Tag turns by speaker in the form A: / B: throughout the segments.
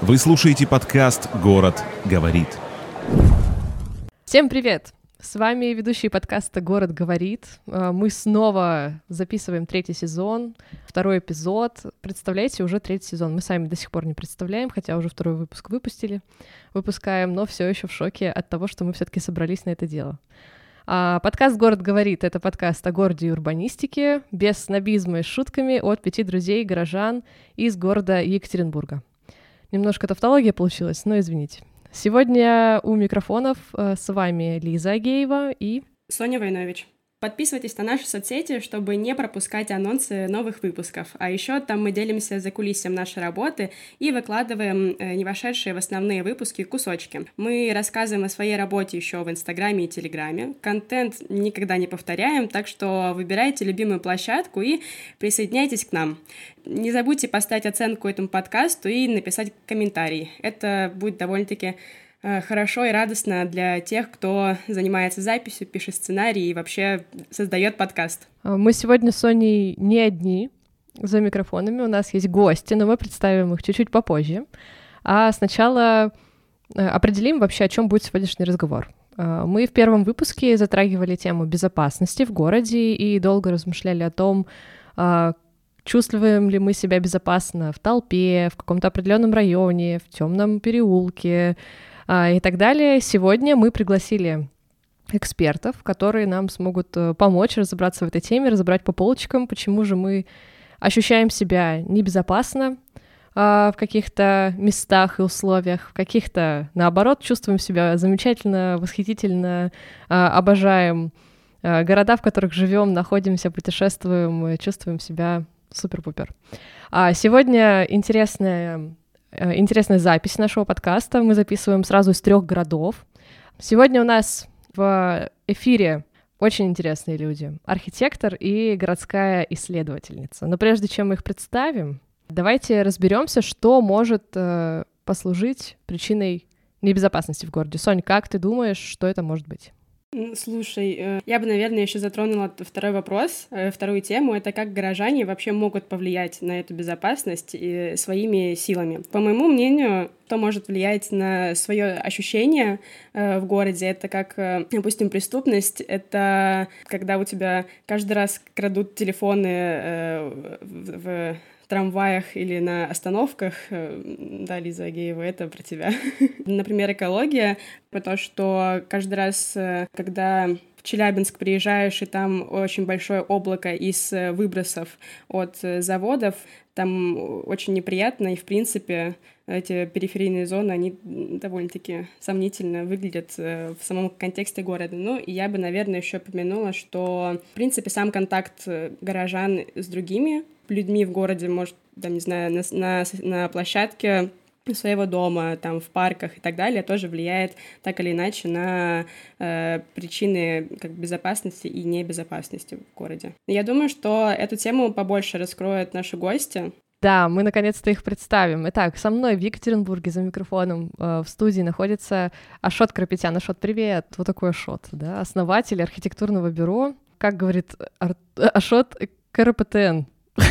A: Вы слушаете подкаст «Город говорит».
B: Всем привет! С вами ведущий подкаста «Город говорит». Мы снова записываем 3-й сезон, 2-й эпизод. Представляете, уже 3-й сезон. Мы сами до сих пор не представляем, хотя уже 2-й выпуск выпускаем, но все еще в шоке от того, что мы все-таки собрались на это дело. Подкаст «Город говорит» — это подкаст о городе и урбанистике, без снобизма и с шутками от 5 друзей горожан из города Екатеринбурга. Немножко тавтология получилась, но извините. Сегодня у микрофонов с вами Лиза Агеева и
C: Соня Войнович. Подписывайтесь на наши соцсети, чтобы не пропускать анонсы новых выпусков. А еще там мы делимся закулисьем нашей работы и выкладываем не вошедшие в основные выпуски кусочки. Мы рассказываем о своей работе еще в Инстаграме и Телеграме. Контент никогда не повторяем, так что выбирайте любимую площадку и присоединяйтесь к нам. Не забудьте поставить оценку этому подкасту и написать комментарий. Это будет довольно-таки хорошо и радостно для тех, кто занимается записью, пишет сценарий и вообще создает подкаст.
B: Мы сегодня с Соней не одни за микрофонами, у нас есть гости, но мы представим их чуть-чуть попозже. А сначала определим вообще, о чем будет сегодняшний разговор. Мы в первом выпуске затрагивали тему безопасности в городе и долго размышляли о том, чувствуем ли мы себя безопасно в толпе, в каком-то определенном районе, в темном переулке, и так далее. Сегодня мы пригласили экспертов, которые нам смогут помочь разобраться в этой теме, разобрать по полочкам, почему же мы ощущаем себя небезопасно в каких-то местах и условиях, в каких-то, наоборот, чувствуем себя замечательно, восхитительно, обожаем города, в которых живем, находимся, путешествуем, чувствуем себя супер-пупер. Сегодня интересная запись нашего подкаста. Мы записываем сразу из 3 городов. Сегодня у нас в эфире очень интересные люди. Архитектор и городская исследовательница. Но прежде чем мы их представим, давайте разберемся, что может послужить причиной небезопасности в городе. Сонь, как ты думаешь, что это может быть?
C: Слушай, я бы, наверное, еще затронула второй вопрос, вторую тему. Это как горожане вообще могут повлиять на эту безопасность своими силами. По моему мнению, что может влиять на свое ощущение в городе, это как, допустим, преступность, это когда у тебя каждый раз крадут телефоны в трамваях или на остановках. Да, Лиза Агеева, это про тебя. Например, экология, потому что каждый раз, когда в Челябинск приезжаешь, и там очень большое облако из выбросов от заводов, там очень неприятно, и, в принципе, эти периферийные зоны, они довольно-таки сомнительно выглядят в самом контексте города. Ну, и я бы, наверное, еще упомянула, что, в принципе, сам контакт горожан с другими людьми в городе, может, там, не знаю, на площадке своего дома, там, в парках и так далее, тоже влияет так или иначе на причины как безопасности и небезопасности в городе. Я думаю, что эту тему побольше раскроют наши гости.
B: Да, мы наконец-то их представим. Итак, со мной в Екатеринбурге за микрофоном в студии находится Ашот Карапетян. Ашот, привет! Вот такой Ашот, да, основатель архитектурного бюро. Как говорит Ашот, Карапетян.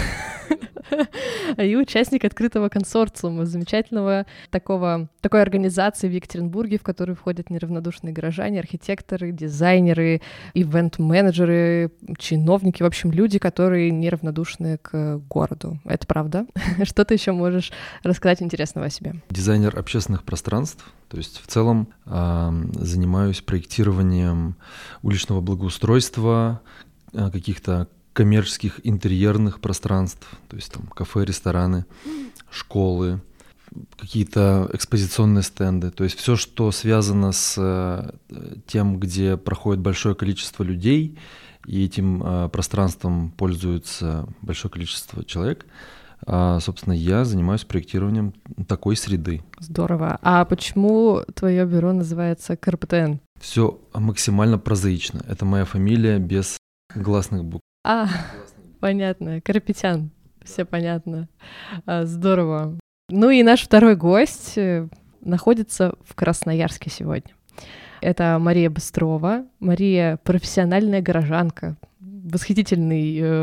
B: И участник открытого консорциума, замечательного такой организации в Екатеринбурге, в которую входят неравнодушные горожане, архитекторы, дизайнеры, ивент-менеджеры, чиновники, в общем, люди, которые неравнодушны к городу. Это правда? Что ты еще можешь рассказать интересного о себе?
D: Дизайнер общественных пространств, то есть в целом занимаюсь проектированием уличного благоустройства, каких-то коммерческих интерьерных пространств, то есть там кафе, рестораны, школы, какие-то экспозиционные стенды, то есть все, что связано с тем, где проходит большое количество людей, и этим пространством пользуется большое количество человек. Собственно, я занимаюсь проектированием такой среды.
B: Здорово. А почему твое бюро называется КРПТН?
D: Все максимально прозаично. Это моя фамилия без гласных букв.
B: Понятно. Карапетян. Все понятно. Здорово. Ну и наш второй гость находится в Красноярске сегодня. Это Мария Быстрова. Мария — профессиональная горожанка, восхитительный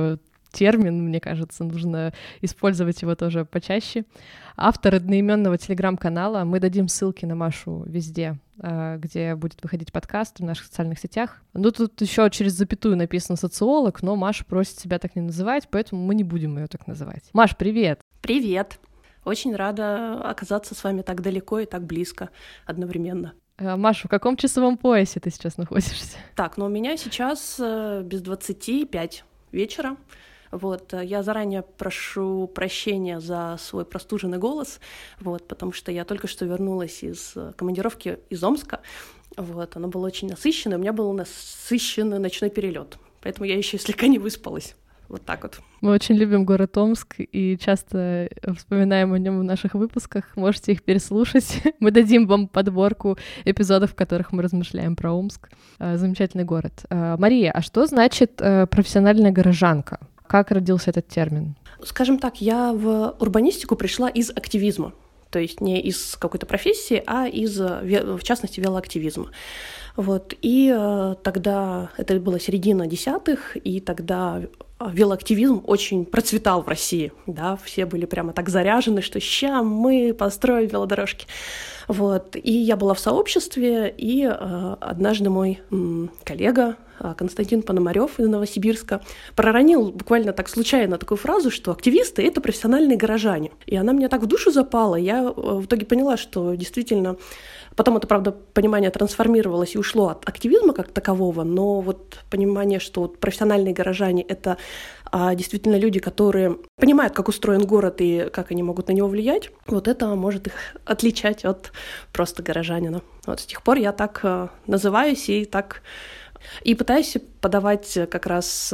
B: термин, мне кажется, нужно использовать его тоже почаще. Автор одноименного телеграм-канала. Мы дадим ссылки на Машу везде, где будет выходить подкаст в наших социальных сетях. Ну, тут еще через запятую написано «социолог», но Маша просит себя так не называть, поэтому мы не будем ее так называть. Маш, привет!
E: Привет! Очень рада оказаться с вами так далеко и так близко одновременно.
B: Маша, в каком часовом поясе ты сейчас находишься?
E: Так, у меня сейчас без 25 вечера. Вот, я заранее прошу прощения за свой простуженный голос, вот, потому что я только что вернулась из командировки из Омска. Вот, оно было очень насыщенное, у меня был насыщенный ночной перелет, поэтому я еще слегка не выспалась. Вот так вот.
B: Мы очень любим город Омск и часто вспоминаем о нем в наших выпусках. Можете их переслушать. Мы дадим вам подборку эпизодов, в которых мы размышляем про Омск. Замечательный город. Мария, а что значит профессиональная горожанка? Как родился этот термин?
E: Скажем так, я в урбанистику пришла из активизма. То есть не из какой-то профессии, а из, в частности, велоактивизма. Вот. И тогда, это была середина десятых, и тогда велоактивизм очень процветал в России. Да? Все были прямо так заряжены, что ща мы построим велодорожки. Вот. И я была в сообществе, и однажды мой коллега Константин Пономарёв из Новосибирска проронил буквально так случайно такую фразу, что активисты — это профессиональные горожане. И она мне так в душу запала. Я в итоге поняла, что действительно... Потом это, правда, понимание трансформировалось и ушло от активизма как такового, но вот понимание, что вот профессиональные горожане — это действительно люди, которые понимают, как устроен город и как они могут на него влиять, вот это может их отличать от просто горожанина. Вот с тех пор я так называюсь и так... И пытаюсь подавать как раз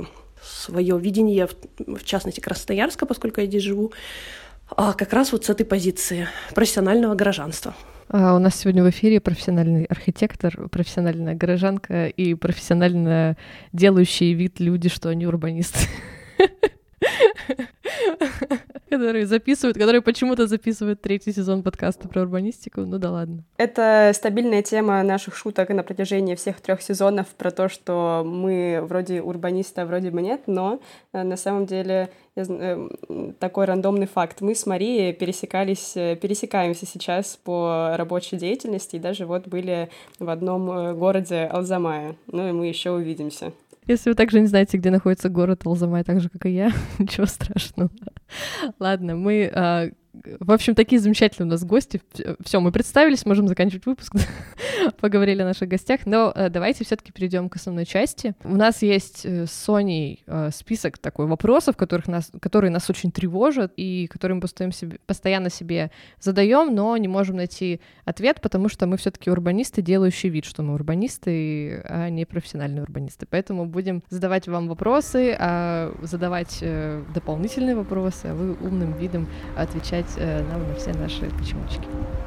E: свое видение, в частности, Красноярска, поскольку я здесь живу, как раз вот с этой позиции профессионального гражданства.
B: У нас сегодня в эфире профессиональный архитектор, профессиональная горожанка и профессионально делающие вид люди, что они урбанисты. Которые почему-то записывают 3-й сезон подкаста про урбанистику. Ну да ладно.
C: Это стабильная тема наших шуток на протяжении всех 3 сезонов про то, что мы вроде урбанисты, а вроде бы нет, но на самом деле такой рандомный факт. Мы с Марией пересекаемся сейчас по рабочей деятельности, и даже вот были в одном городе Алзамая. Ну и мы еще увидимся.
B: Если вы также не знаете, где находится город Алзамай, так же, как и я, ничего страшного. Ладно, мы... В общем, такие замечательные у нас гости. Все, мы представились, можем заканчивать выпуск. Поговорили о наших гостях. Но давайте все-таки перейдем к основной части. У нас есть с Соней список такой вопросов, которые нас очень тревожат и которые мы постоянно себе задаем, но не можем найти ответ, потому что мы все-таки урбанисты, делающие вид, что мы урбанисты, а не профессиональные урбанисты. Поэтому будем задавать вам вопросы, задавать дополнительные вопросы, а вы умным видом отвечать нам на все наши почемучки.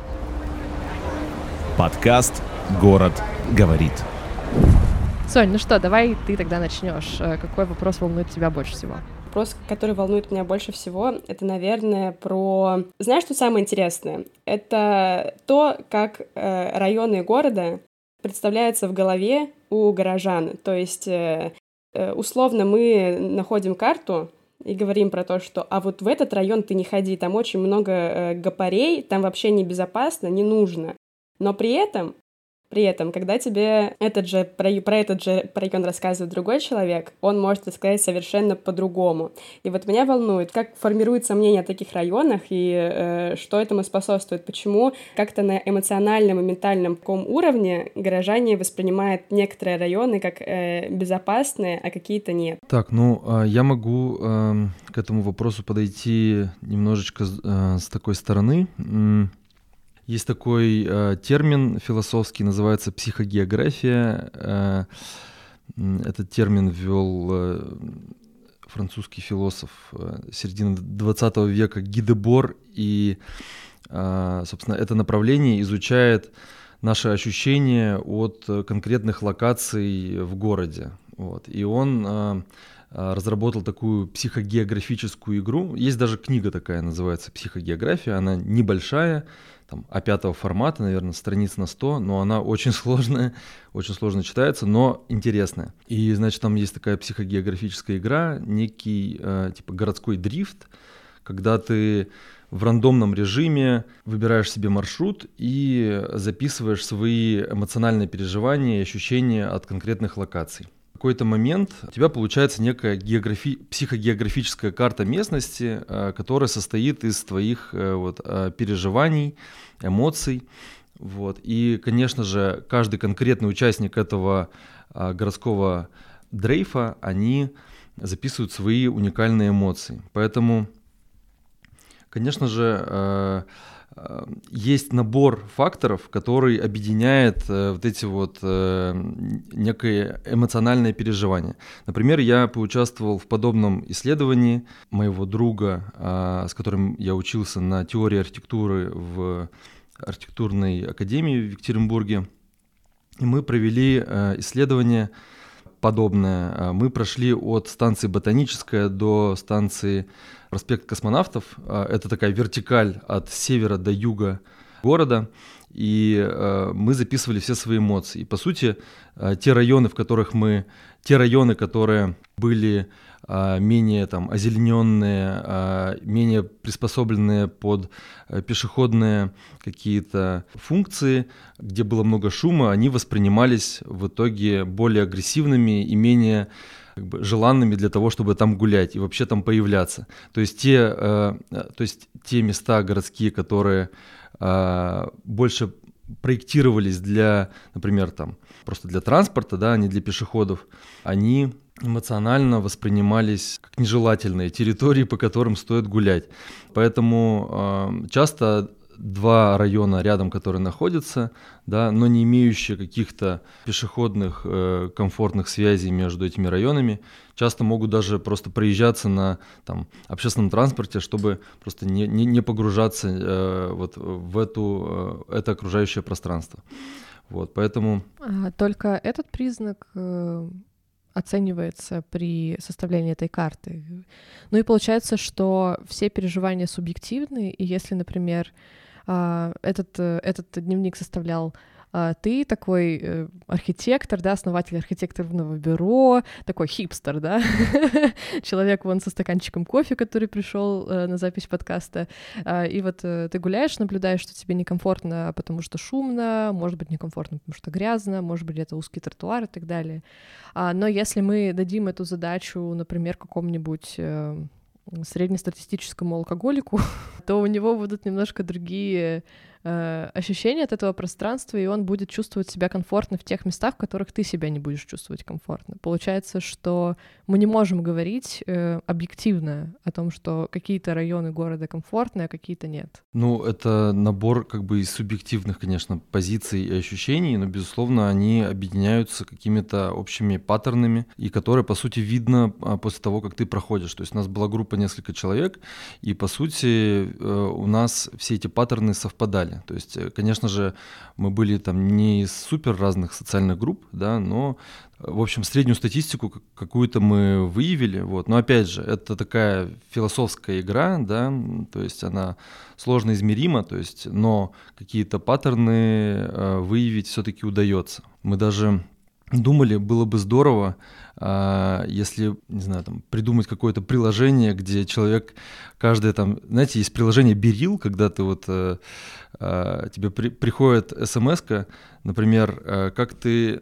A: Подкаст «Город говорит».
B: Сонь, ну что, давай ты тогда начнешь. Какой вопрос волнует тебя больше всего?
C: Вопрос, который волнует меня больше всего, это, наверное, про... Знаешь, что самое интересное? Это то, как районы города представляются в голове у горожан. То есть, условно, мы находим карту и говорим про то, что а вот в этот район ты не ходи, там очень много гопарей, там вообще небезопасно, не нужно. Но при этом, когда тебе про этот же район рассказывает другой человек, он может рассказать совершенно по-другому. И вот меня волнует, как формируется мнение о таких районах и что этому способствует, почему как-то на эмоциональном и ментальном таком уровне горожане воспринимают некоторые районы как безопасные, а какие-то нет.
D: Так, я могу к этому вопросу подойти немножечко с такой стороны. Есть такой термин философский, называется психогеография. Этот термин ввел французский философ середины 20 века Ги Дебор, и, собственно, это направление изучает наши ощущения от конкретных локаций в городе. Вот. И он разработал такую психогеографическую игру. Есть даже книга такая, называется «Психогеография». Она небольшая, там, А5 формата, наверное, страниц на 100, но она очень сложная, очень сложно читается, но интересная. И, значит, там есть такая психогеографическая игра, некий типа городской дрифт, когда ты в рандомном режиме выбираешь себе маршрут и записываешь свои эмоциональные переживания и ощущения от конкретных локаций. В какой-то момент у тебя получается некая психогеографическая карта местности, которая состоит из твоих переживаний, эмоций. Вот. И, конечно же, каждый конкретный участник этого городского дрейфа, они записывают свои уникальные эмоции. Поэтому, конечно же, есть набор факторов, который объединяет вот эти некое эмоциональное переживание. Например, я поучаствовал в подобном исследовании моего друга, с которым я учился на теории архитектуры в архитектурной академии в Екатеринбурге. И мы провели исследование подобное. Мы прошли от станции Ботаническая до станции Проспект Космонавтов. Это такая вертикаль от севера до юга города. И мы записывали все свои эмоции. И, по сути, те районы, которые были менее озелененные, менее приспособленные под пешеходные какие-то функции, где было много шума, они воспринимались в итоге более агрессивными и менее желанными для того, чтобы там гулять и вообще там появляться. То есть те места городские, которые больше проектировались для, например, просто для транспорта, да, а не для пешеходов, они эмоционально воспринимались как нежелательные территории, по которым стоит гулять. Поэтому часто два района рядом, которые находятся, да, но не имеющие каких-то пешеходных комфортных связей между этими районами, часто могут даже просто проезжаться на общественном транспорте, чтобы просто не погружаться в это окружающее пространство. Вот, поэтому...
B: Только этот признак оценивается при составлении этой карты. Ну и получается, что все переживания субъективны, и если, например, этот дневник составлял ты, такой архитектор, да, основатель архитектурного бюро, такой хипстер, да, человек вон со стаканчиком кофе, который пришел на запись подкаста, и вот ты гуляешь, наблюдаешь, что тебе некомфортно, потому что шумно, может быть, некомфортно, потому что грязно, может быть, это узкий тротуар и так далее. Но если мы дадим эту задачу, например, какому-нибудь среднестатистическому алкоголику, то у него будут немножко другие ощущения от этого пространства, и он будет чувствовать себя комфортно в тех местах, в которых ты себя не будешь чувствовать комфортно. Получается, что мы не можем говорить объективно о том, что какие-то районы города комфортные, а какие-то нет.
D: Ну, это набор из субъективных, конечно, позиций и ощущений, но, безусловно, они объединяются какими-то общими паттернами, и которые, по сути, видно после того, как ты проходишь. То есть у нас была группа несколько человек, и, по сути, у нас все эти паттерны совпадали. То есть, конечно же, мы были не из супер разных социальных групп, да, но, в общем, среднюю статистику какую-то мы выявили. Вот. Но, опять же, это такая философская игра, да, то есть она сложно измерима, то есть, но какие-то паттерны выявить все-таки удается. Мы даже думали, было бы здорово, если, не знаю, придумать какое-то приложение, где человек, каждое знаете, есть приложение Берил, когда ты тебе приходит смс-ка, например, как ты,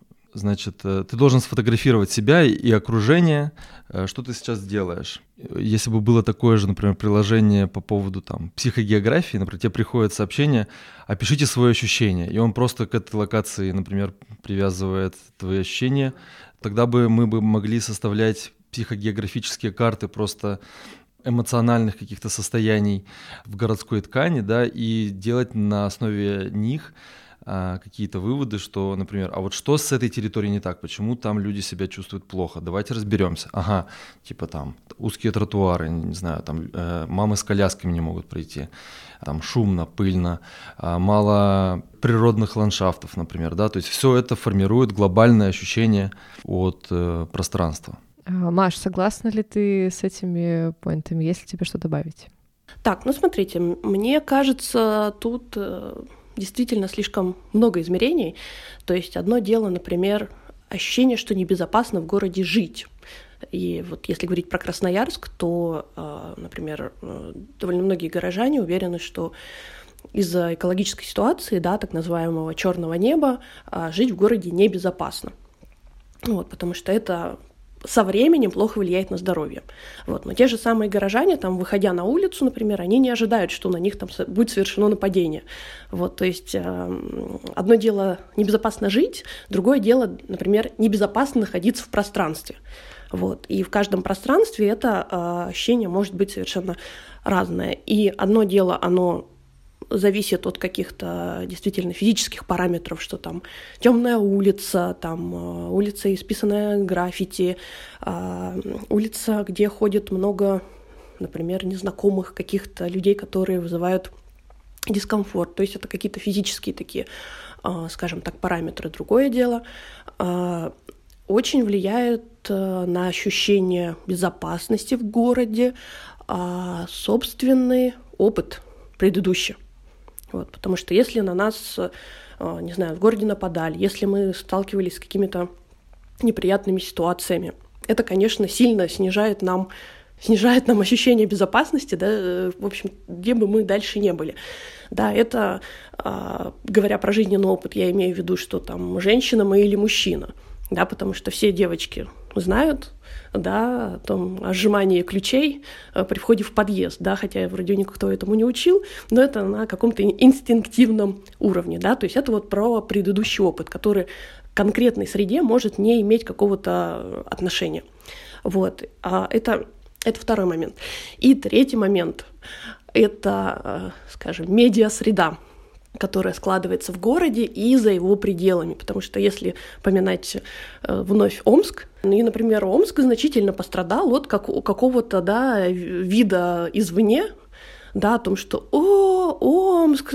D: ты должен сфотографировать себя и окружение, что ты сейчас делаешь. Если бы было такое же, например, приложение по поводу психогеографии, например, тебе приходит сообщение, опишите свое ощущение, и он просто к этой локации, например, привязывает твои ощущения, тогда мы бы могли составлять психогеографические карты просто эмоциональных каких-то состояний в городской ткани, да, и делать на основе них какие-то выводы, что, например, а вот что с этой территорией не так, почему там люди себя чувствуют плохо, давайте разберемся. Ага, узкие тротуары, не знаю, мамы с колясками не могут пройти, шумно, пыльно, мало природных ландшафтов, например, да, то есть все это формирует глобальное ощущение от пространства.
B: Маш, согласна ли ты с этими поинтами? Есть ли тебе что добавить?
E: Так, ну смотрите, мне кажется, тут действительно слишком много измерений. То есть одно дело, например, ощущение, что небезопасно в городе жить. И вот если говорить про Красноярск, то, например, довольно многие горожане уверены, что из-за экологической ситуации, да, так называемого черного неба, жить в городе небезопасно. Вот, потому что это со временем плохо влияет на здоровье. Вот. Но те же самые горожане, там, выходя на улицу, например, они не ожидают, что на них там будет совершено нападение. Вот, то есть одно дело небезопасно жить, другое дело, например, небезопасно находиться в пространстве. Вот. И в каждом пространстве это ощущение может быть совершенно разное. И одно дело, оно зависит от каких-то действительно физических параметров, что там темная улица, там улица, исписанная граффити, улица, где ходит много, например, незнакомых каких-то людей, которые вызывают дискомфорт. То есть это какие-то физические такие, скажем так, параметры. Другое дело, очень влияет на ощущение безопасности в городе собственный опыт предыдущий. Вот, потому что если на нас, не знаю, в городе нападали, если мы сталкивались с какими-то неприятными ситуациями, это, конечно, сильно снижает нам ощущение безопасности, да, в общем, где бы мы дальше не были. Да, это, говоря про жизненный опыт, я имею в виду, что там женщина мы или мужчина, да, потому что все девочки знают, да, о сжимании ключей при входе в подъезд, да, хотя вроде никто этому не учил, но это на каком-то инстинктивном уровне, да, то есть это вот про предыдущий опыт, который к конкретной среде может не иметь какого-то отношения. Вот, это второй момент. И третий момент — это, скажем, медиасреда, которая складывается в городе и за его пределами. Потому что если поминать вновь Омск, и, например, Омск значительно пострадал от какого-то, да, вида извне, да, о том, что Омск,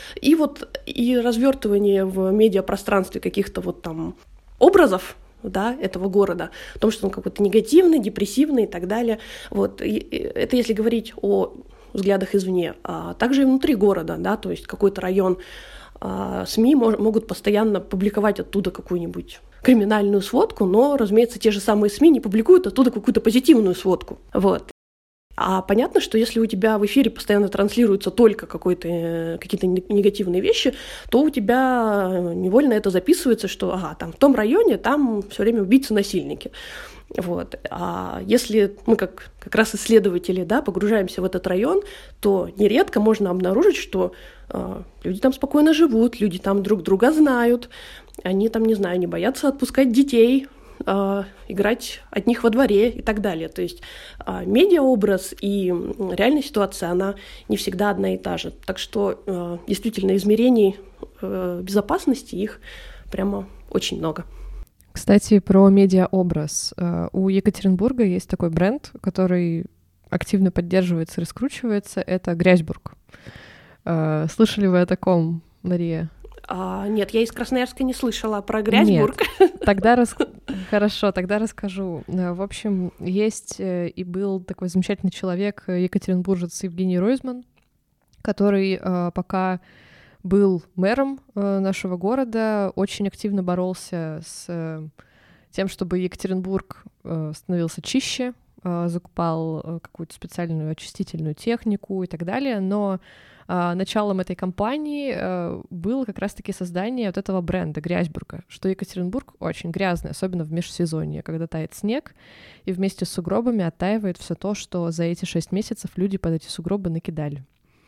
E: и развертывание в медиапространстве каких-то вот там образов, да, этого города, о том, что он какой-то негативный, депрессивный и так далее. Вот. И это если говорить о взглядах извне, а также и внутри города, да, то есть какой-то район, СМИ могут постоянно публиковать оттуда какую-нибудь криминальную сводку, но, разумеется, те же самые СМИ не публикуют оттуда какую-то позитивную сводку. Вот. А понятно, что если у тебя в эфире постоянно транслируются только какие-то негативные вещи, то у тебя невольно это записывается, что там в том районе там все время убийцы-насильники. Вот. А если мы как раз исследователи, да, погружаемся в этот район, то нередко можно обнаружить, что люди там спокойно живут, люди там друг друга знают, они там, не знаю, не боятся отпускать детей, играть от них во дворе и так далее. То есть медиаобраз и реальная ситуация, она не всегда одна и та же. Так что действительно измерений безопасности их прямо очень много.
B: Кстати, про медиаобраз. У Екатеринбурга есть такой бренд, который активно поддерживается и раскручивается. Это Грязьбург. Слышали вы о таком, Мария?
E: Нет, я из Красноярска не слышала про Грязьбург.
B: Нет. Хорошо, тогда расскажу. В общем, есть и был такой замечательный человек, екатеринбуржец Евгений Ройзман, который пока был мэром нашего города, очень активно боролся с тем, чтобы Екатеринбург становился чище, закупал какую-то специальную очистительную технику и так далее, но началом этой кампании было как раз-таки создание вот этого бренда Грязьбурга, что Екатеринбург очень грязный, особенно в межсезонье, когда тает снег, и вместе с сугробами оттаивает все то, что за эти 6 месяцев люди под эти сугробы накидали.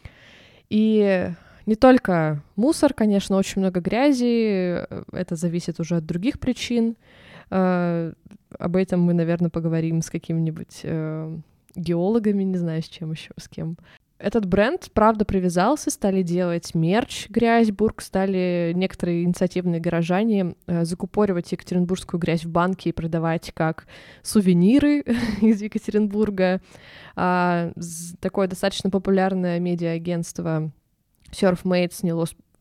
B: И не только мусор, конечно, очень много грязи, это зависит уже от других причин. Об этом мы, наверное, поговорим с какими-нибудь геологами, не знаю, с чем еще, с кем. Этот бренд, правда, привязался, стали делать мерч Грязьбург, стали некоторые инициативные горожане закупоривать екатеринбургскую грязь в банке и продавать как сувениры из Екатеринбурга. Такое достаточно популярное медиа-агентство Surfmate сняло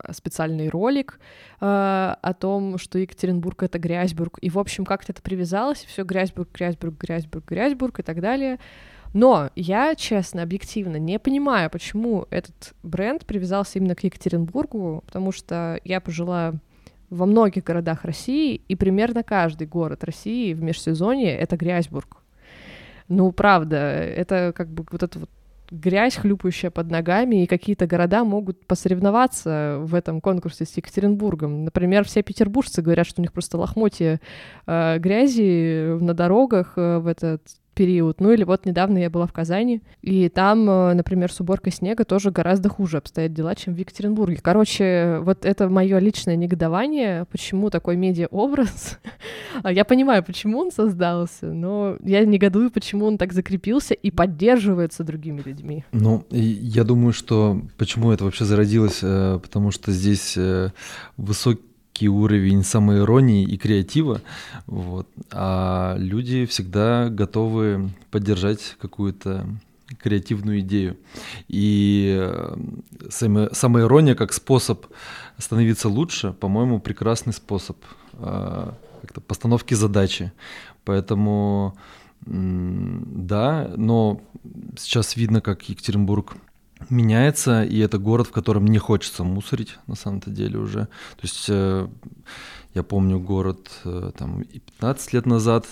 B: специальный ролик о том, что Екатеринбург — это Грязьбург, и, в общем, как-то это привязалось, все Грязьбург, Грязьбург, Грязьбург, Грязьбург и так далее. Но я, честно, объективно не понимаю, почему этот бренд привязался именно к Екатеринбургу, потому что я пожила во многих городах России, и примерно каждый город России в межсезонье — это Грязьбург. Ну, правда, это как бы вот эта вот грязь, хлюпающая под ногами, и какие-то города могут посоревноваться в этом конкурсе с Екатеринбургом. Например, все петербуржцы говорят, что у них просто лохмотья грязи на дорогах в этот период. Ну или вот недавно я была в Казани, и там, например, с уборкой снега тоже гораздо хуже обстоят дела, чем в Екатеринбурге. Короче, вот это мое личное негодование, почему такой медиа-образ. Я понимаю, почему он создался, но я негодую, почему он так закрепился и поддерживается другими людьми.
D: Ну, я думаю, что почему это вообще зародилось, потому что здесь высокий уровень самоиронии и креатива, вот, а люди всегда готовы поддержать какую-то креативную идею. И самоирония как способ становиться лучше, по-моему, прекрасный способ как-то постановки задачи. Поэтому да, но сейчас видно, как Екатеринбург меняется, и это город, в котором не хочется мусорить, на самом-то деле уже. То есть я помню город там 15 лет назад,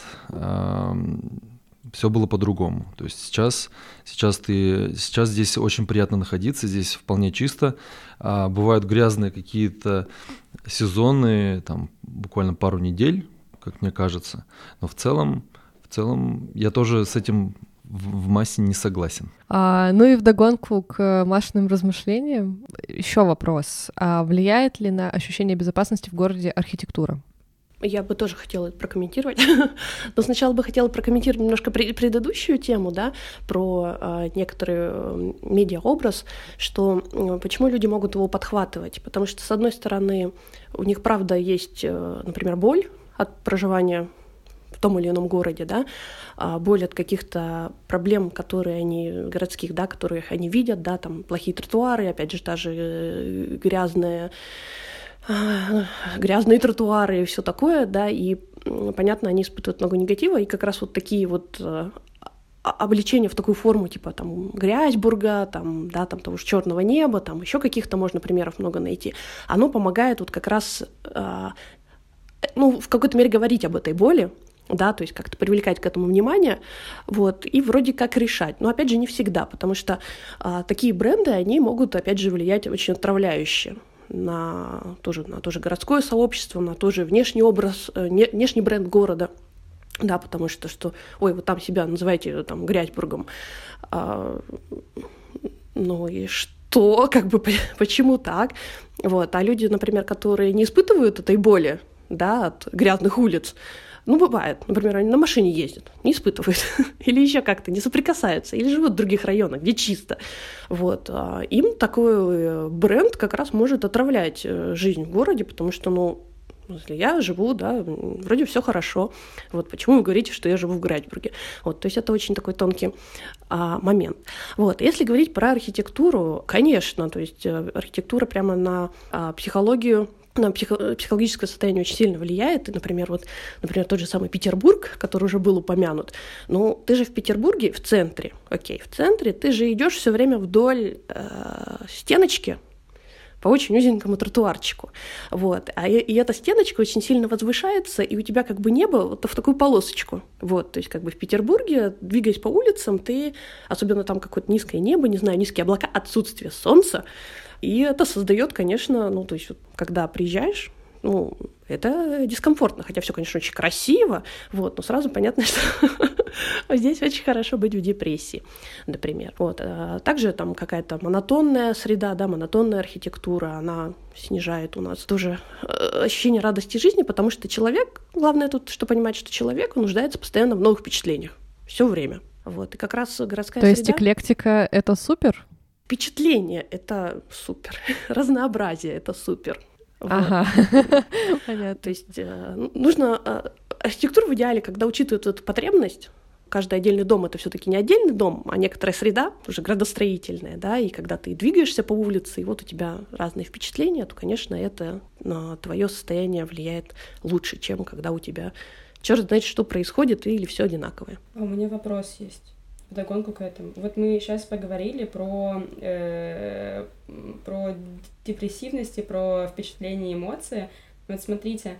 D: все было по-другому. То есть сейчас здесь очень приятно находиться, здесь вполне чисто. Бывают грязные какие-то сезоны, там буквально пару недель, как мне кажется. Но в целом я тоже с этим в массе не согласен.
B: Ну и вдогонку к Машиным размышлениям еще вопрос. Влияет ли на ощущение безопасности в городе архитектура?
E: Я бы тоже хотела это прокомментировать. Но сначала бы хотела прокомментировать немножко предыдущую тему, да, про некоторый медиаобраз, что почему люди могут его подхватывать. Потому что, с одной стороны, у них, правда, есть, например, боль от проживания в том или ином городе, да, боль от каких-то проблем, которые они городских, да, которых они видят, да, там плохие тротуары, опять же, даже грязные тротуары и все такое, да, и, понятно, они испытывают много негатива, и как раз вот такие вот обличения в такую форму, типа там Грязьбурга, там, да, там того же черного неба, там еще каких-то можно примеров много найти, оно помогает вот как раз, в какой-то мере говорить об этой боли, да, то есть как-то привлекать к этому внимание, вот, и вроде как решать. Но, опять же, не всегда, потому что такие бренды, они могут, опять же, влиять очень отравляюще на тоже городское сообщество, на тоже внешний образ, внешний бренд города, да, потому что, ой, вы там себя называете там Грязьбургом, ну и что, как бы, почему так, вот, а люди, например, которые не испытывают этой боли, да, от грязных улиц, бывает. Например, они на машине ездят, не испытывают, или еще как-то не соприкасаются, или живут в других районах, где чисто. Вот. Им такой бренд как раз может отравлять жизнь в городе, потому что, если я живу, да, вроде все хорошо. Вот почему вы говорите, что я живу в Грязьбурге? Вот, то есть это очень такой тонкий момент. Вот. Если говорить про архитектуру, конечно, то есть архитектура прямо на психологию, на психологическое состояние очень сильно влияет. И, например, тот же самый Петербург, который уже был упомянут. Ты же в Петербурге, в центре, в центре ты же идешь все время вдоль стеночки по очень узенькому тротуарчику. Вот. И эта стеночка очень сильно возвышается, и у тебя как бы небо вот в такую полосочку. Вот. То есть как бы в Петербурге, двигаясь по улицам, ты, особенно там какое-то низкое небо, не знаю, низкие облака, отсутствие солнца, и это создает, конечно, то есть, когда приезжаешь, это дискомфортно, хотя все, конечно, очень красиво, вот, но сразу понятно, что здесь очень хорошо быть в депрессии, например. Вот. Также там какая-то монотонная среда, да, монотонная архитектура, она снижает у нас тоже ощущение радости жизни, потому что человек, главное тут, что понимать, что человек нуждается постоянно в новых впечатлениях, все время. Вот. И как раз городская среда...
B: То есть эклектика — это супер?
E: Впечатление — это супер, разнообразие — это супер. Вот.
B: Ага, понятно.
E: То есть нужно архитектуру в идеале, когда учитывает эту потребность, каждый отдельный дом — это все-таки не отдельный дом, а некоторая среда, уже градостроительная, да, и когда ты двигаешься по улице, и вот у тебя разные впечатления, то, конечно, это на твое состояние влияет лучше, чем когда у тебя черт знает, что происходит, или все одинаковое.
C: А у меня вопрос есть вдогонку к этому. Вот мы сейчас поговорили про депрессивность и про впечатления и эмоции. Вот смотрите,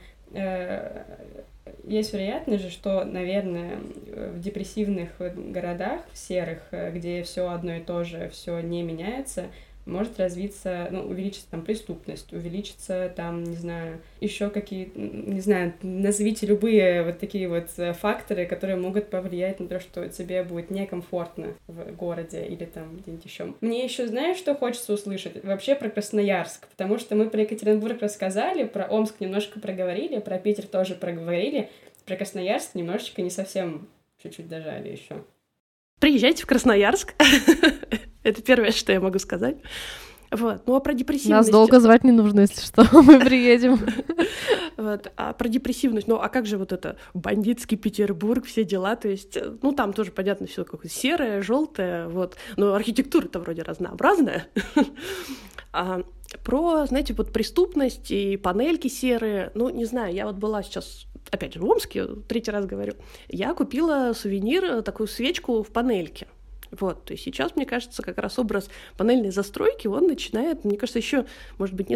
C: есть вероятность же, что, наверное, в депрессивных городах, в серых, где все одно и то же, все не меняется, может развиться, увеличиться там преступность, увеличиться там, не знаю, еще какие, не знаю, назовите любые вот такие вот факторы, которые могут повлиять на то, что тебе будет некомфортно в городе или там где-нибудь еще. Мне еще, знаешь, что хочется услышать? Вообще про Красноярск, потому что мы про Екатеринбург рассказали, про Омск немножко проговорили, про Питер тоже проговорили, про Красноярск немножечко не совсем чуть-чуть дожали еще.
E: Приезжайте в Красноярск. Это первое, что я могу сказать. Вот. Ну, а про депрессивность...
B: Нас долго звать не нужно, если что, мы приедем.
E: Вот. А про депрессивность, а как же вот это бандитский Петербург, все дела, то есть, там тоже, понятно, все какое-то серое, желтое, вот, но архитектура-то вроде разнообразная. Про, знаете, вот преступность и панельки серые, не знаю, я вот была сейчас, опять же, в Омске, 3-й раз говорю, я купила сувенир, такую свечку в панельке. Вот, то есть сейчас, мне кажется, как раз образ панельной застройки, он начинает, мне кажется, еще, может быть,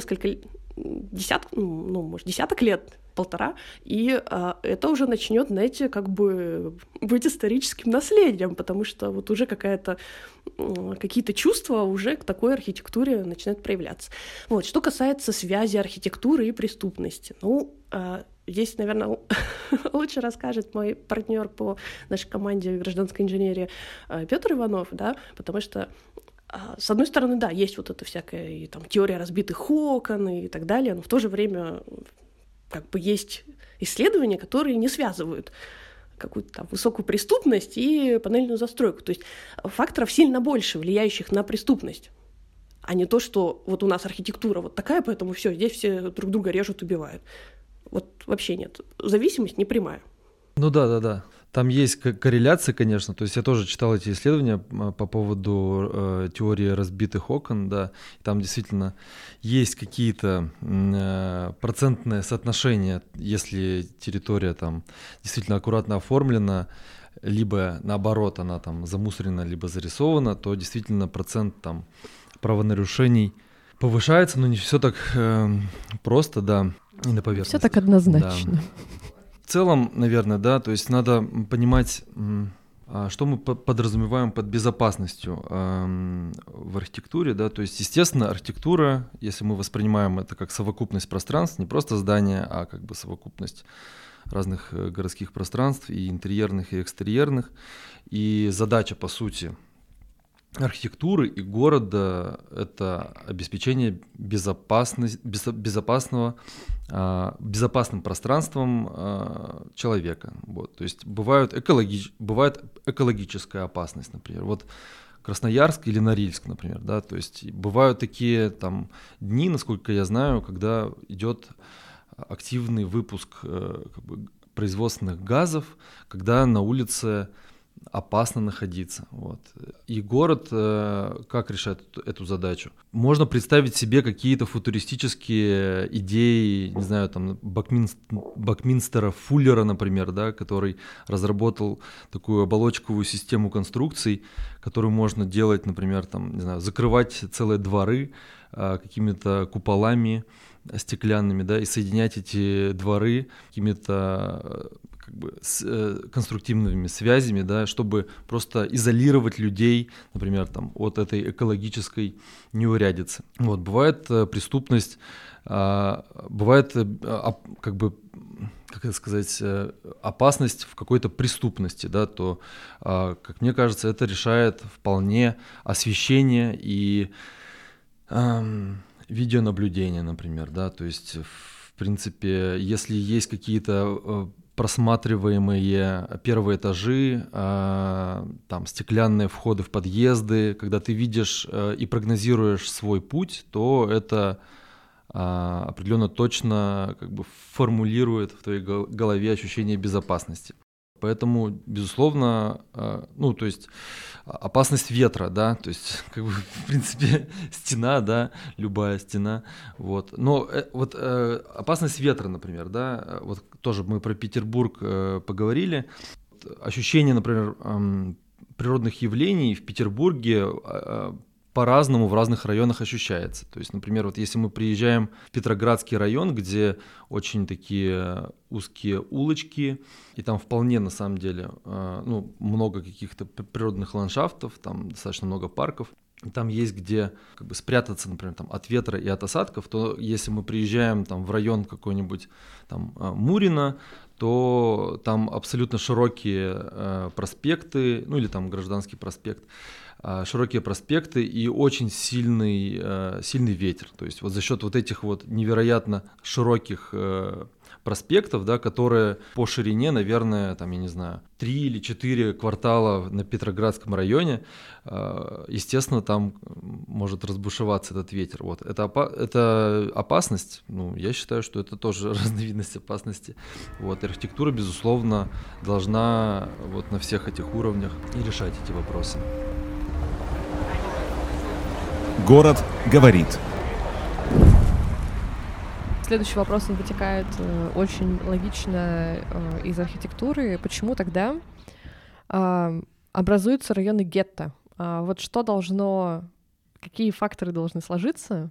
E: десяток лет, 1,5, и это уже начнет, знаете, как бы быть историческим наследием, потому что вот уже какие-то чувства уже к такой архитектуре начинают проявляться. Вот, что касается связи архитектуры и преступности, здесь, наверное, лучше расскажет мой партнер по нашей команде гражданской инженерии Петр Иванов, да, потому что, с одной стороны, да, есть вот эта всякая и, там, теория разбитых окон и так далее, но в то же время как бы есть исследования, которые не связывают какую-то там высокую преступность и панельную застройку. То есть факторов сильно больше, влияющих на преступность, а не то, что вот у нас архитектура вот такая, поэтому все, здесь все друг друга режут, убивают. Вот вообще нет. Зависимость непрямая.
D: Да. Там есть корреляция, конечно. То есть я тоже читал эти исследования по поводу теории разбитых окон, да. Там действительно есть какие-то процентные соотношения, если территория там действительно аккуратно оформлена, либо наоборот она там замусорена, либо зарисована, то действительно процент там правонарушений повышается, но не все так просто, да, и на поверхности.
B: Все так однозначно.
D: Да. В целом, наверное, да, то есть надо понимать, что мы подразумеваем под безопасностью в архитектуре, да, то есть, естественно, архитектура, если мы воспринимаем это как совокупность пространств, не просто здания, а как бы совокупность разных городских пространств, и интерьерных, и экстерьерных, и задача, по сути, архитектуры и города — это обеспечение безопасным пространством человека. Вот. То есть бывает экологическая опасность, например. Вот Красноярск или Норильск, например, да, то есть бывают такие там дни, насколько я знаю, когда идет активный выпуск производственных газов, когда на улице опасно находиться. Вот. И город как решает эту задачу? Можно представить себе какие-то футуристические идеи, не знаю, там Бакминстера Фуллера, например, да, который разработал такую оболочковую систему конструкций, которую можно делать, например, там, не знаю, закрывать целые дворы какими-то куполами стеклянными, да, и соединять эти дворы какими-то конструктивными связями, да, чтобы просто изолировать людей, например, там, от этой экологической неурядицы. Вот, бывает преступность, бывает опасность в какой-то преступности, да, то, как мне кажется, это решает вполне освещение и видеонаблюдение, например, да, то есть, в принципе, если есть какие-то просматриваемые первые этажи, там стеклянные входы в подъезды, когда ты видишь и прогнозируешь свой путь, то это определенно точно как бы формулирует в твоей голове ощущение безопасности. Поэтому, безусловно, ну, то есть опасность ветра, да, то есть, как бы, в принципе, стена, да, любая стена, вот. Но вот опасность ветра, например, да, вот тоже мы про Петербург поговорили. Ощущение, например, природных явлений в Петербурге по-разному в разных районах ощущается. То есть, например, вот если мы приезжаем в Петроградский район, где очень такие узкие улочки, и там вполне, на самом деле, ну, много каких-то природных ландшафтов, там достаточно много парков, и там есть где как бы спрятаться, например, там, от ветра и от осадков, то если мы приезжаем там, в район какой-нибудь там, Мурино, то там абсолютно широкие проспекты, ну или там Гражданский проспект, широкие проспекты и очень сильный ветер. То есть вот за счет вот этих вот невероятно широких проспектов, да, которые по ширине, наверное, там, я не знаю, 3 или 4 квартала на Петроградском районе, естественно, там может разбушеваться этот ветер. Вот. Это опасность, ну, я считаю, что это тоже разновидность опасности. Вот. Архитектура, безусловно, должна вот на всех этих уровнях и решать эти вопросы.
A: Город говорит.
B: Следующий вопрос, он вытекает очень логично из архитектуры. Почему тогда образуются районы гетто? Вот что должно, какие факторы должны сложиться,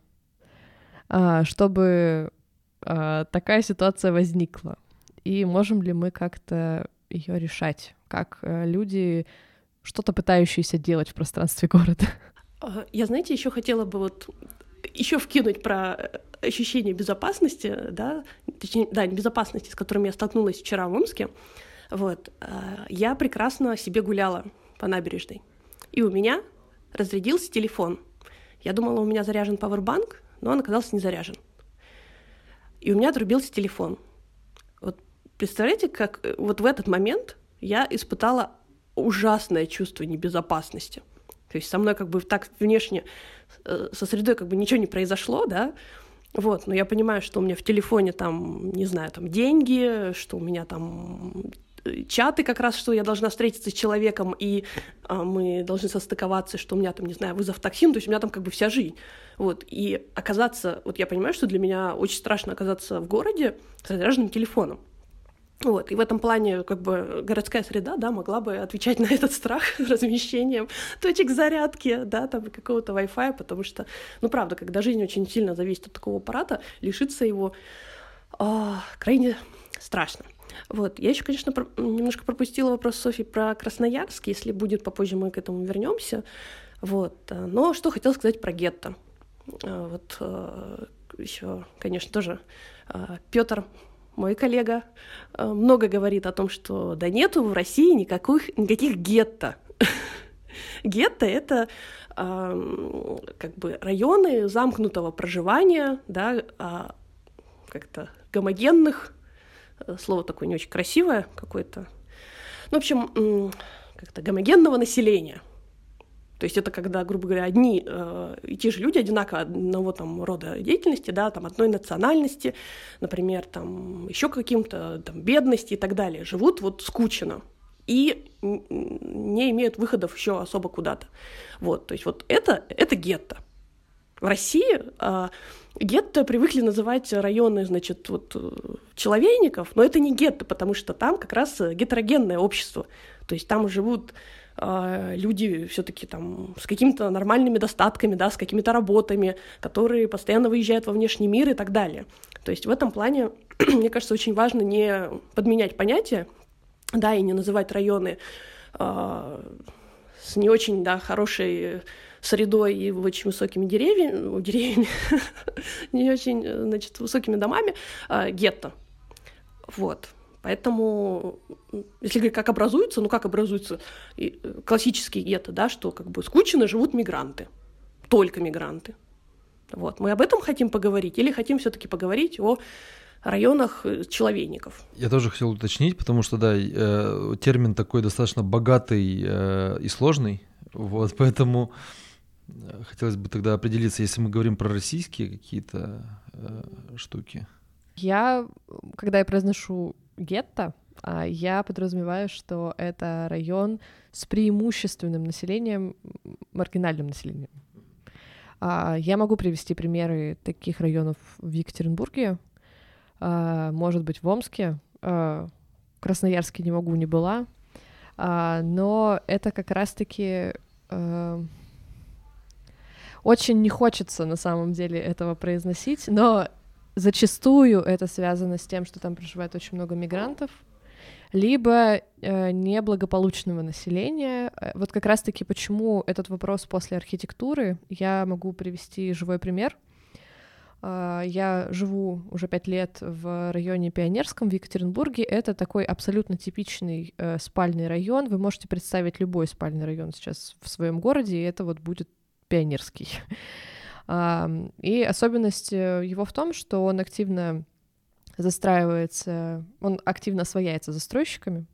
B: чтобы такая ситуация возникла? И можем ли мы как-то ее решать, как люди, что-то пытающиеся делать в пространстве города?
E: Я, знаете, еще хотела бы вот еще вкинуть про ощущение безопасности, да, точнее, да, безопасности, с которыми я столкнулась вчера в Омске. Вот. Я прекрасно себе гуляла по набережной, и у меня разрядился телефон. Я думала, у меня заряжен пауэрбанк, но он оказался не заряжен. И у меня отрубился телефон. Вот представляете, как вот в этот момент я испытала ужасное чувство небезопасности. То есть со мной как бы так внешне, со средой как бы ничего не произошло, да, вот, но я понимаю, что у меня в телефоне там, не знаю, там деньги, что у меня там чаты как раз, что я должна встретиться с человеком, и мы должны состыковаться, что у меня там, не знаю, вызов такси, то есть у меня там как бы вся жизнь, вот, и оказаться, вот я понимаю, что для меня очень страшно оказаться в городе с заряженным телефоном. Вот, и в этом плане как бы городская среда, да, могла бы отвечать на этот страх размещением точек зарядки, да, там какого-то Wi-Fi, потому что, ну, правда, когда жизнь очень сильно зависит от такого аппарата, лишиться его крайне страшно. Вот, я еще, конечно, немножко пропустила вопрос Софьи про Красноярск, если будет попозже, мы к этому вернемся. Вот, но что хотела сказать про гетто. Вот еще, конечно, тоже Петр, мой коллега, много говорит о том, что да нету в России никаких гетто. Гетто — это как бы районы замкнутого проживания, да, как-то гомогенных, слово такое не очень красивое какое-то, ну, в общем, как-то гомогенного населения. То есть это когда, грубо говоря, одни и те же люди одинаково одного там рода деятельности, да, там одной национальности, например, там еще каким-то там бедности и так далее, живут вот скучно и не имеют выходов еще особо куда-то. Вот, то есть вот это гетто. В России гетто привыкли называть районы, значит, вот человейников, но это не гетто, потому что там как раз гетерогенное общество. То есть там живут люди все-таки там с какими-то нормальными достатками, да, с какими-то работами, которые постоянно выезжают во внешний мир и так далее. То есть в этом плане, мне кажется, очень важно не подменять понятия, да, и не называть районы с не очень, да, хорошей средой и очень высокими деревьями, не очень, значит, высокими домами, гетто. Вот. Поэтому, если говорить, как образуются, ну как образуются классические гетто, да, что как бы скучно живут мигранты, только мигранты. Вот. Мы об этом хотим поговорить или хотим все-таки поговорить о районах человейников?
D: Я тоже хотел уточнить, потому что, да, термин такой достаточно богатый и сложный, вот, поэтому хотелось бы тогда определиться, если мы говорим про российские какие-то штуки.
B: Когда я произношу гетто, Я подразумеваю, что это район с преимущественным населением, маргинальным населением. Я могу привести примеры таких районов в Екатеринбурге, может быть, в Омске, в Красноярске не могу, не была, но это как раз-таки очень не хочется на самом деле этого произносить, но зачастую это связано с тем, что там проживает очень много мигрантов, либо неблагополучного населения. Вот как раз-таки почему этот вопрос после архитектуры, я могу привести живой пример. Я живу уже 5 лет в районе Пионерском в Екатеринбурге. Это такой абсолютно типичный спальный район. Вы можете представить любой спальный район сейчас в своем городе, и это вот будет Пионерский. И особенность его в том, что он активно застраивается, он активно освояется застройщиками,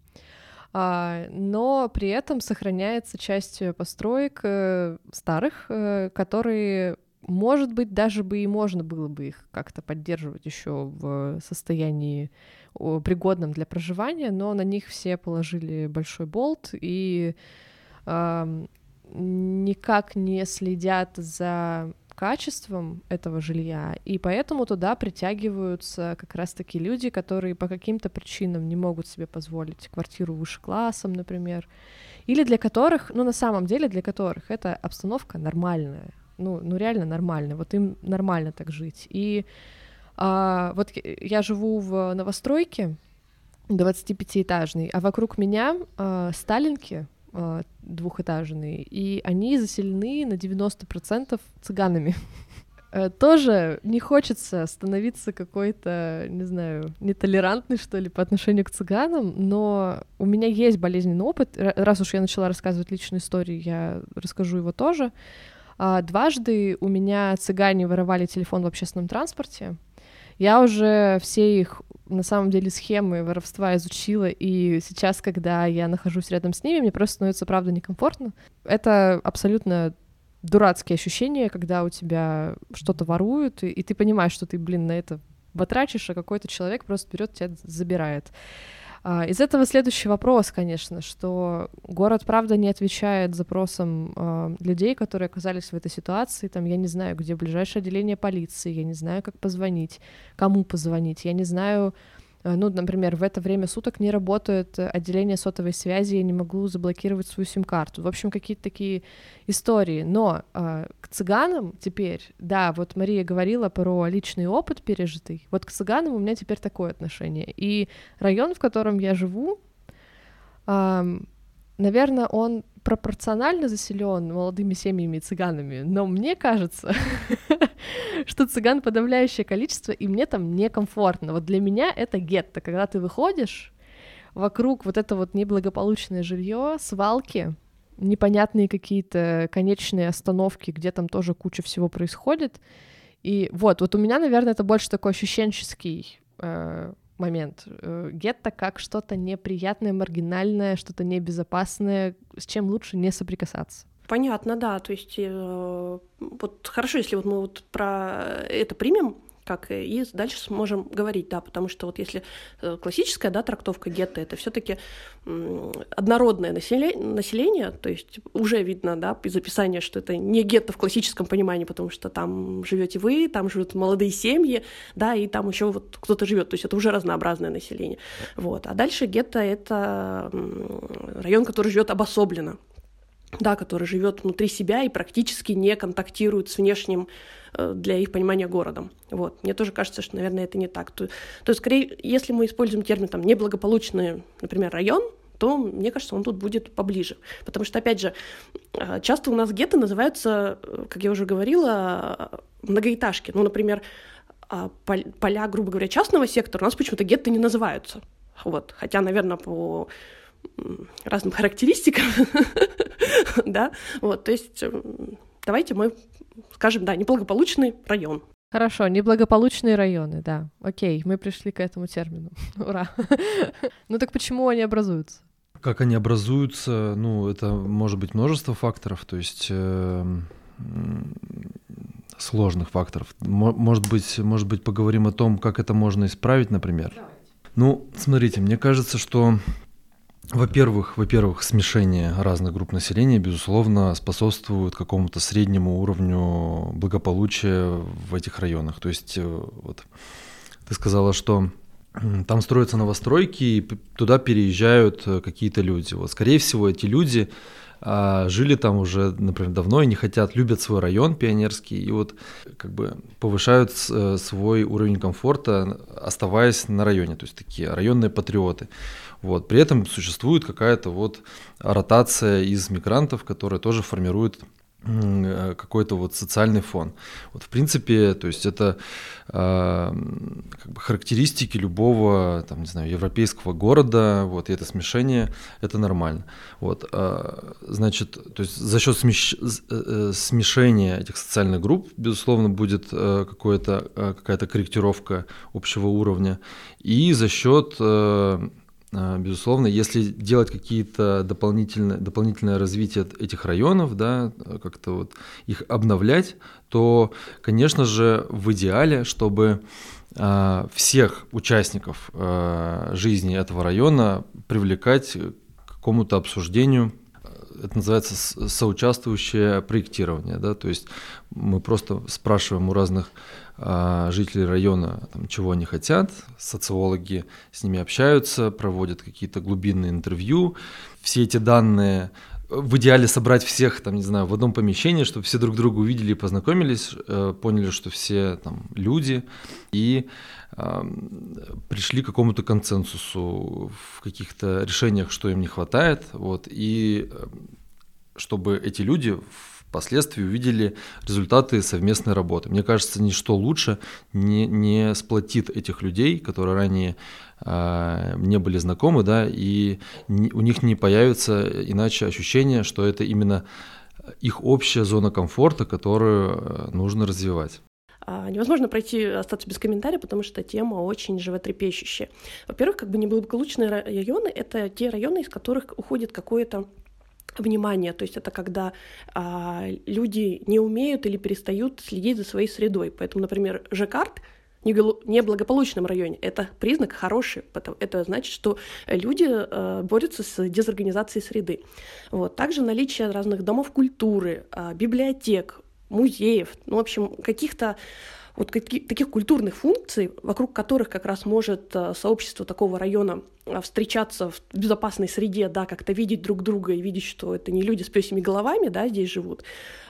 B: но при этом сохраняется часть построек старых, которые, может быть, даже бы и можно было бы их как-то поддерживать еще в состоянии пригодном для проживания, но на них все положили большой болт и никак не следят за качеством этого жилья, и поэтому туда притягиваются как раз-таки люди, которые по каким-то причинам не могут себе позволить квартиру выше классом, например, или для которых, на самом деле для которых эта обстановка нормальная, ну реально нормальная, вот им нормально так жить. И вот я живу в новостройке 25-этажной, а вокруг меня сталинки двухэтажные, и они заселены на 90% цыганами. Тоже не хочется становиться какой-то, не знаю, нетолерантной, что ли, по отношению к цыганам, но у меня есть болезненный опыт. Раз уж я начала рассказывать личную историю, я расскажу его тоже. Дважды у меня цыгане воровали телефон в общественном транспорте. Я уже все их, на самом деле, схемы воровства изучила, и сейчас, когда я нахожусь рядом с ними, мне просто становится, правда, некомфортно. Это абсолютно дурацкие ощущения, когда у тебя что-то воруют, и ты понимаешь, что ты, на это батрачишь, а какой-то человек просто берет тебя, забирает. Из этого следующий вопрос, конечно, что город, правда, не отвечает запросам людей, которые оказались в этой ситуации. Там, я не знаю, где ближайшее отделение полиции, я не знаю, как позвонить, кому позвонить, я не знаю... например, в это время суток не работает отделение сотовой связи, я не могу заблокировать свою сим-карту. В общем, какие-то такие истории. Но к цыганам теперь, да, вот Мария говорила про личный опыт пережитый, вот к цыганам у меня теперь такое отношение. И район, в котором я живу, наверное, он пропорционально заселен молодыми семьями и цыганами, но мне кажется, что цыган подавляющее количество, и мне там некомфортно. Вот для меня это гетто, когда ты выходишь, вокруг вот это вот неблагополучное жилье, свалки, непонятные какие-то конечные остановки, где там тоже куча всего происходит. И вот у меня, наверное, это больше такой ощущенческий момент. Гетто как что-то неприятное, маргинальное, что-то небезопасное, с чем лучше не соприкасаться.
E: Понятно, да. То есть вот хорошо, если вот мы вот про это примем, и дальше сможем говорить, да, потому что вот если классическая, да, трактовка гетто, это все-таки однородное население, то есть уже видно, да, из описания, что это не гетто в классическом понимании, потому что там живете вы, там живут молодые семьи, да, и там еще вот кто-то живет, то есть это уже разнообразное население, вот. А дальше гетто — это район, который живет обособленно, да, который живет внутри себя и практически не контактирует с внешним, для их понимания, городом. Вот. Мне тоже кажется, что, наверное, это не так. То скорее, если мы используем термин там, неблагополучный, например, район, то, мне кажется, он тут будет поближе. Потому что, опять же, часто у нас гетто называются, как я уже говорила, многоэтажки. Например, поля, грубо говоря, частного сектора у нас почему-то гетто не называются. Вот. Хотя, наверное, по разным характеристикам, да, вот, то есть давайте мы скажем, да, неблагополучный район.
B: Хорошо, неблагополучные районы, да, окей, мы пришли к этому термину, ура. Так почему они образуются?
D: Как они образуются, это может быть множество факторов, то есть сложных факторов. Может быть, поговорим о том, как это можно исправить, например. Ну, смотрите, мне кажется, что, во-первых, смешение разных групп населения, безусловно, способствует какому-то среднему уровню благополучия в этих районах. То есть, вот ты сказала, что там строятся новостройки, и туда переезжают какие-то люди. Вот, скорее всего, эти люди жили там уже, например, давно и не хотят, любят свой район пионерский, и вот как бы повышают свой уровень комфорта, оставаясь на районе, то есть такие районные патриоты. Вот. При этом существует какая-то вот ротация из мигрантов, которая тоже формирует какой-то вот социальный фон. Вот в принципе, то есть это как бы характеристики любого, там, не знаю, европейского города, вот, и это смешение, это нормально. Вот, значит, то есть за счет смешения этих социальных групп, безусловно, будет какая-то корректировка общего уровня, и за счет, безусловно, если делать какие-то дополнительное развитие этих районов, да, как-то вот их обновлять, то, конечно же, в идеале, чтобы всех участников жизни этого района привлекать к какому-то обсуждению. Это называется соучаствующее проектирование, да, то есть мы просто спрашиваем у разных жителей района, там, чего они хотят, социологи с ними общаются, проводят какие-то глубинные интервью, все эти данные в идеале собрать всех, там, не знаю, в одном помещении, чтобы все друг друга увидели и познакомились, поняли, что все там люди, и пришли к какому-то консенсусу в каких-то решениях, что им не хватает, вот, и чтобы эти люди впоследствии увидели результаты совместной работы. Мне кажется, ничто лучше не сплотит этих людей, которые ранее не были знакомы, да, и у них не появится иначе ощущение, что это именно их общая зона комфорта, которую нужно развивать.
E: Невозможно остаться без комментария, потому что тема очень животрепещущая. Во-первых, как бы неблагополучные районы — это те районы, из которых уходит какое-то внимание, то есть это когда люди не умеют или перестают следить за своей средой. Поэтому, например, Жаккард в неблагополучном районе — это признак хороший, это значит, что люди борются с дезорганизацией среды. Вот. Также наличие разных домов культуры, библиотек, музеев, ну, в общем, каких-то вот таких культурных функций, вокруг которых как раз может сообщество такого района встречаться в безопасной среде, да, как-то видеть друг друга и видеть, что это не люди с пёсьими головами, да, здесь живут.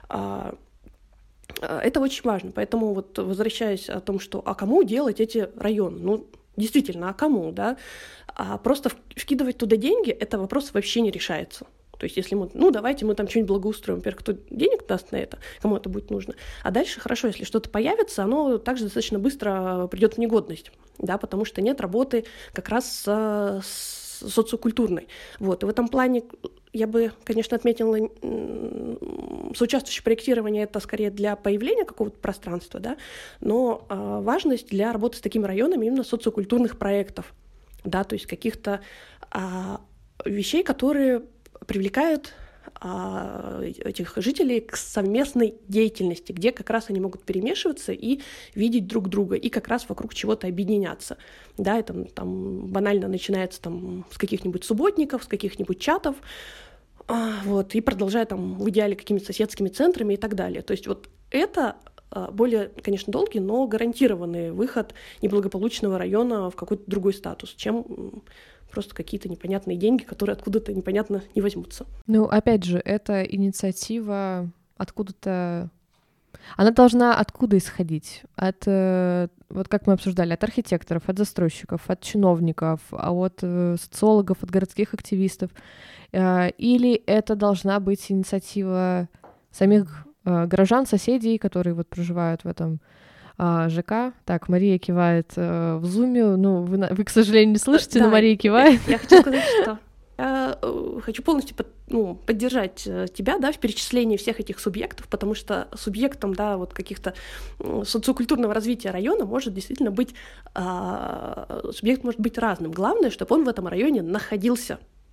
E: Это очень важно. Поэтому вот возвращаясь о том, что кому делать эти районы? Ну, действительно, кому, да? Просто вкидывать туда деньги, это вопрос вообще не решается. То есть если давайте мы там что-нибудь благоустроим. Во-первых, кто денег даст на это, кому это будет нужно. А дальше хорошо, если что-то появится, оно также достаточно быстро придет в негодность, да, потому что нет работы как раз с социокультурной. Вот. И в этом плане я бы, конечно, отметила соучаствующее проектирование — это скорее для появления какого-то пространства, да, но важность для работы с такими районами именно социокультурных проектов, да, то есть каких-то вещей, которые привлекают этих жителей к совместной деятельности, где как раз они могут перемешиваться и видеть друг друга, и как раз вокруг чего-то объединяться. Да, это там банально начинается там с каких-нибудь субботников, с каких-нибудь чатов, вот, и продолжая там в идеале какими-то соседскими центрами и так далее. То есть вот это более, конечно, долгий, но гарантированный выход неблагополучного района в какой-то другой статус, чем просто какие-то непонятные деньги, которые откуда-то непонятно не возьмутся.
B: Ну, опять же, эта инициатива откуда-то... Она должна откуда исходить? От, вот как мы обсуждали, от архитекторов, от застройщиков, от чиновников, от социологов, от городских активистов. Или это должна быть инициатива самих горожан, соседей, которые вот проживают в этом ЖК. Так, Мария кивает в зуме. Ну, вы, к сожалению, не слышите, но Мария кивает.
E: Я хочу сказать, что я хочу полностью поддержать тебя, да, в перечислении всех этих субъектов, потому что субъектом, да, вот каких-то социокультурного развития района может действительно быть, субъект может быть разным. Главное, чтобы он в этом районе находился.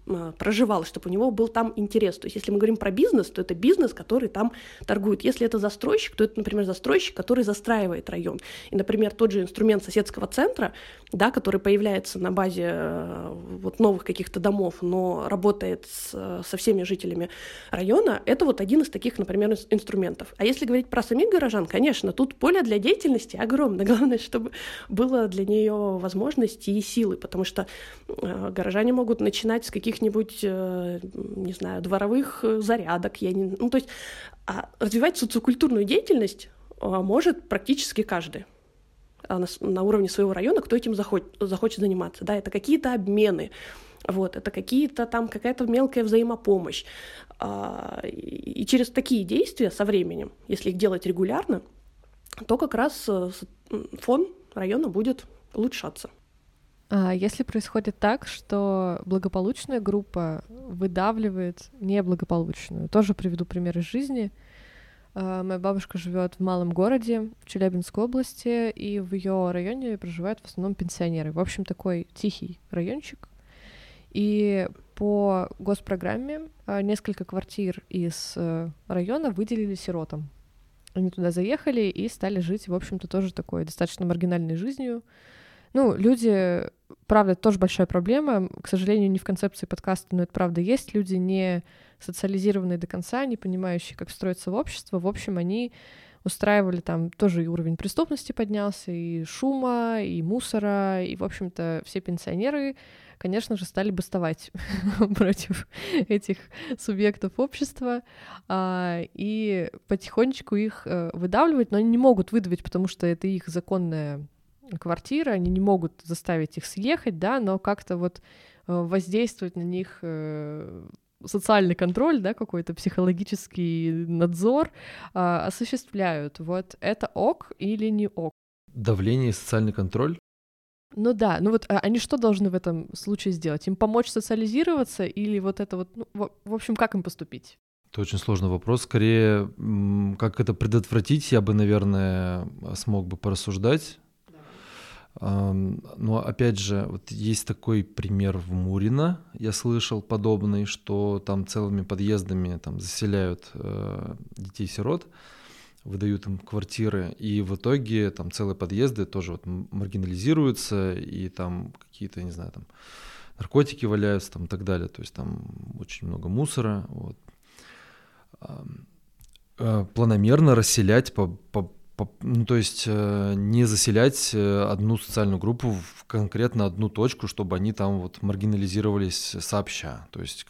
E: проживал, чтобы у него был там интерес. То есть если мы говорим про бизнес, то это бизнес, который там торгует. Если это застройщик, то это, например, застройщик, который застраивает район. И, например, тот же инструмент соседского центра, да, который появляется на базе вот новых каких-то домов, но работает со всеми жителями района, это вот один из таких, например, инструментов. А если говорить про самих горожан, конечно, тут поле для деятельности огромное. Главное, чтобы было для нее возможности и силы, потому что горожане могут начинать с каких-нибудь, не знаю, дворовых зарядок. То есть развивать социокультурную деятельность может практически каждый на уровне своего района, кто этим захочет заниматься. Да, это какие-то обмены, вот, это какая-то мелкая взаимопомощь. И через такие действия со временем, если их делать регулярно, то как раз фон района будет улучшаться.
B: А если происходит так, что благополучная группа выдавливает неблагополучную? Тоже приведу пример из жизни. Моя бабушка живет в малом городе в Челябинской области, и в ее районе проживают в основном пенсионеры. В общем, такой тихий райончик. И по госпрограмме несколько квартир из района выделили сиротам. Они туда заехали и стали жить, в общем-то, тоже такой достаточно маргинальной жизнью. Люди, правда, это тоже большая проблема, к сожалению, не в концепции подкаста, но это правда есть, люди не социализированные до конца, не понимающие, как строиться в общество, в общем, они устраивали там, тоже и уровень преступности поднялся, и шума, и мусора, и, в общем-то, все пенсионеры, конечно же, стали бастовать против этих субъектов общества, и потихонечку их выдавливать, но они не могут выдавить, потому что это их законная квартира, они не могут заставить их съехать, да, но как-то вот воздействовать на них социальный контроль, да, какой-то психологический надзор осуществляют. Вот это ок или не ок?
D: Давление и социальный контроль?
B: Ну да, они что должны в этом случае сделать? Им помочь социализироваться или вот это вот, в общем, как им поступить?
D: Это очень сложный вопрос. Скорее, как это предотвратить, я бы, наверное, смог бы порассуждать. Но опять же, вот есть такой пример в Мурино, я слышал подобный, что там целыми подъездами там заселяют детей-сирот, выдают им квартиры, и в итоге там целые подъезды тоже вот маргинализируются, и там какие-то, не знаю, там наркотики валяются там и так далее, то есть там очень много мусора. Вот. Планомерно расселять то есть не заселять одну социальную группу в конкретно одну точку, чтобы они там вот маргинализировались сообща. То есть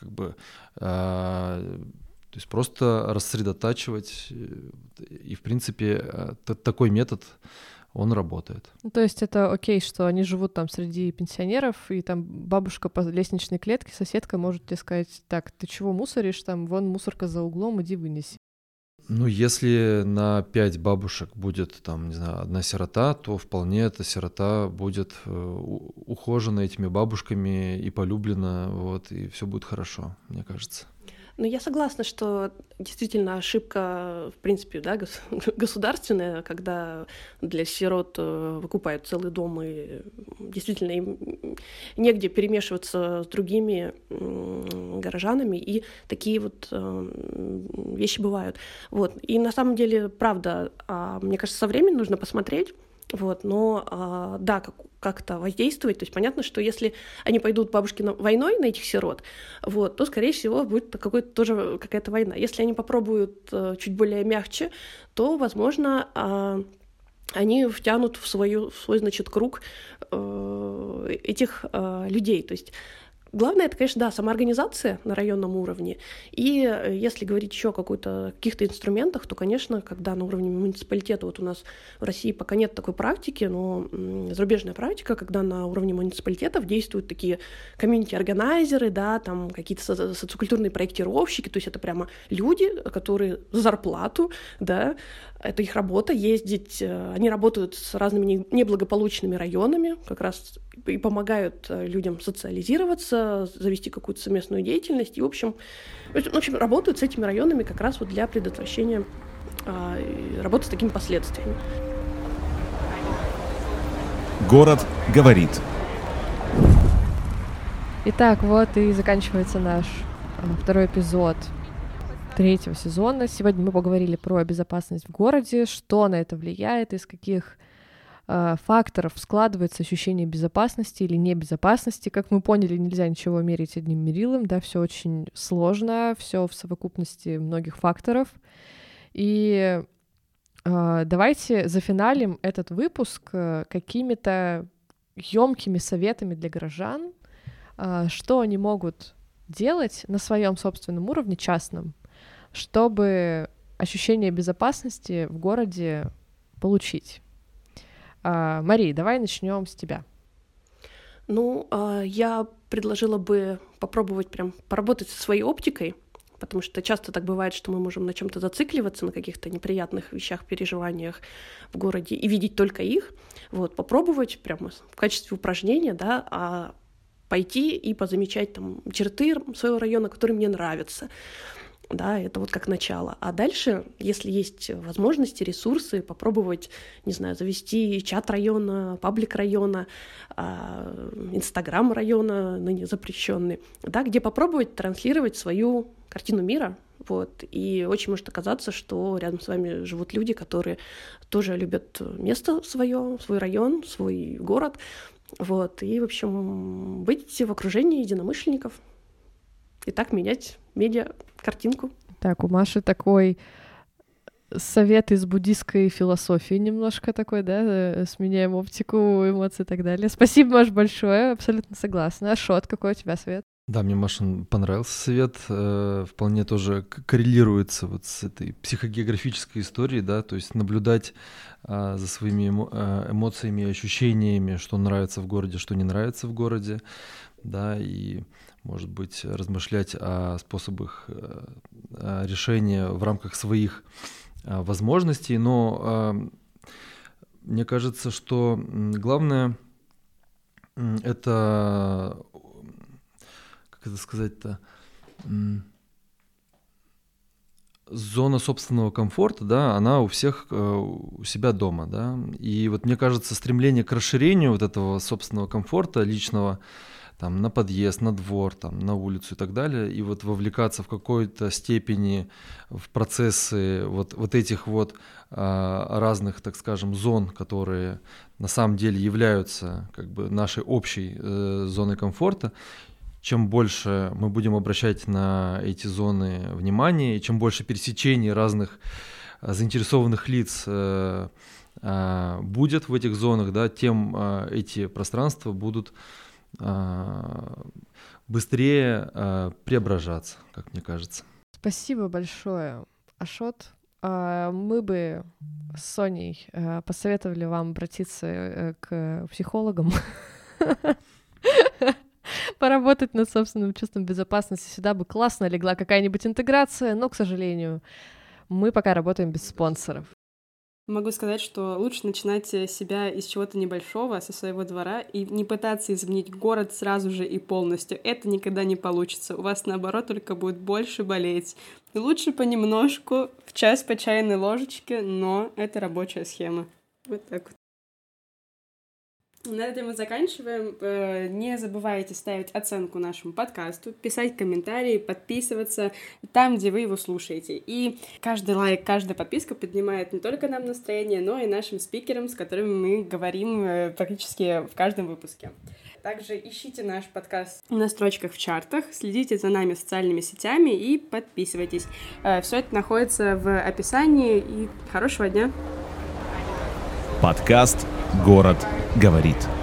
D: просто рассредотачивать. И, в принципе, такой метод, он работает.
B: То есть это окей, что они живут там среди пенсионеров, и там бабушка по лестничной клетке, соседка может тебе сказать: так, ты чего мусоришь, там вон мусорка за углом, иди вынеси.
D: Если на 5 бабушек будет, там, не знаю, одна сирота, то вполне эта сирота будет ухожена этими бабушками и полюблена, вот, и все будет хорошо, мне кажется.
E: Я согласна, что действительно ошибка, в принципе, да, государственная, когда для сирот выкупают целый дом, и действительно им негде перемешиваться с другими горожанами, и такие вот вещи бывают. Вот. И на самом деле, правда, мне кажется, со временем нужно посмотреть, вот, но да, как-то воздействовать. То есть понятно, что если они пойдут бабушки войной на этих сирот, вот, то, скорее всего, будет тоже какая-то война. Если они попробуют чуть более мягче, то, возможно, они втянут в свой, значит, круг этих людей. То есть главное, это, конечно, да, самоорганизация на районном уровне. И если говорить еще о каких-то инструментах, то, конечно, когда на уровне муниципалитета, вот у нас в России пока нет такой практики, но зарубежная практика, когда на уровне муниципалитетов действуют такие комьюнити-органайзеры, да, там какие-то социокультурные проектировщики, то есть это прямо люди, которые за зарплату, да, это их работа, ездить, они работают с разными неблагополучными районами, как раз и помогают людям социализироваться, завести какую-то совместную деятельность, и, в общем, работают с этими районами как раз вот для предотвращения работы с такими последствиями.
A: Город говорит.
B: Итак, вот и заканчивается наш второй эпизод 3-го сезона. Сегодня мы поговорили про безопасность в городе, что на это влияет, из каких факторов складывается ощущение безопасности или небезопасности. Как мы поняли, нельзя ничего мерить одним мерилом, да, все очень сложно, все в совокупности многих факторов. И давайте зафиналим этот выпуск какими-то ёмкими советами для горожан, что они могут делать на своем собственном уровне, частном, чтобы ощущение безопасности в городе получить. Мария, давай начнем с тебя.
E: Я предложила бы попробовать прям поработать со своей оптикой, потому что часто так бывает, что мы можем на чем-то зацикливаться, на каких-то неприятных вещах, переживаниях в городе и видеть только их. Вот, попробовать прямо в качестве упражнения, да, пойти и позамечать там черты своего района, которые мне нравятся. Да, это вот как начало. А дальше, если есть возможности, ресурсы, попробовать, не знаю, завести чат района, паблик района, Инстаграм района, ныне запрещенный, да, где попробовать транслировать свою картину мира. Вот. И очень может оказаться, что рядом с вами живут люди, которые тоже любят место свое, свой район, свой город. Вот. И, в общем, быть в окружении единомышленников. И так менять медиа-картинку.
B: Так, у Маши такой совет из буддийской философии немножко такой, да, сменяем оптику, эмоции и так далее. Спасибо, Маш, большое, абсолютно согласна. Ашот, какой у тебя совет?
D: Да, мне, Машин, понравился совет, вполне тоже коррелируется вот с этой психогеографической историей, да, то есть наблюдать за своими эмоциями и ощущениями, что нравится в городе, что не нравится в городе, да, и, может быть, размышлять о способах решения в рамках своих возможностей, но мне кажется, что главное — это, как это сказать-то, зона собственного комфорта, да, она у всех у себя дома, да, и вот мне кажется, стремление к расширению вот этого собственного комфорта личного, там, на подъезд, на двор, там, на улицу и так далее, и вот вовлекаться в какой-то степени в процессы вот этих вот разных, так скажем, зон, которые на самом деле являются как бы нашей общей зоной комфорта. Чем больше мы будем обращать на эти зоны внимание, и чем больше пересечений разных заинтересованных лиц будет в этих зонах, да, тем эти пространства будут быстрее преображаться, как мне кажется.
B: Спасибо большое, Ашот. Мы бы с Соней посоветовали вам обратиться к психологам, поработать над собственным чувством безопасности. Сюда бы классно легла какая-нибудь интеграция, но, к сожалению, мы пока работаем без спонсоров.
C: Могу сказать, что лучше начинать себя из чего-то небольшого, со своего двора, и не пытаться изменить город сразу же и полностью. Это никогда не получится. У вас, наоборот, только будет больше болеть. И лучше понемножку, в час по чайной ложечке, но это рабочая схема. Вот так вот. На этом мы заканчиваем. Не забывайте ставить оценку нашему подкасту, писать комментарии, подписываться там, где вы его слушаете. И каждый лайк, каждая подписка поднимает не только нам настроение, но и нашим спикерам, с которыми мы говорим практически в каждом выпуске. Также ищите наш подкаст на строчках в чартах, следите за нами в социальными сетями и подписывайтесь. Все это находится в описании. И хорошего дня!
A: Подкаст «Город говорит».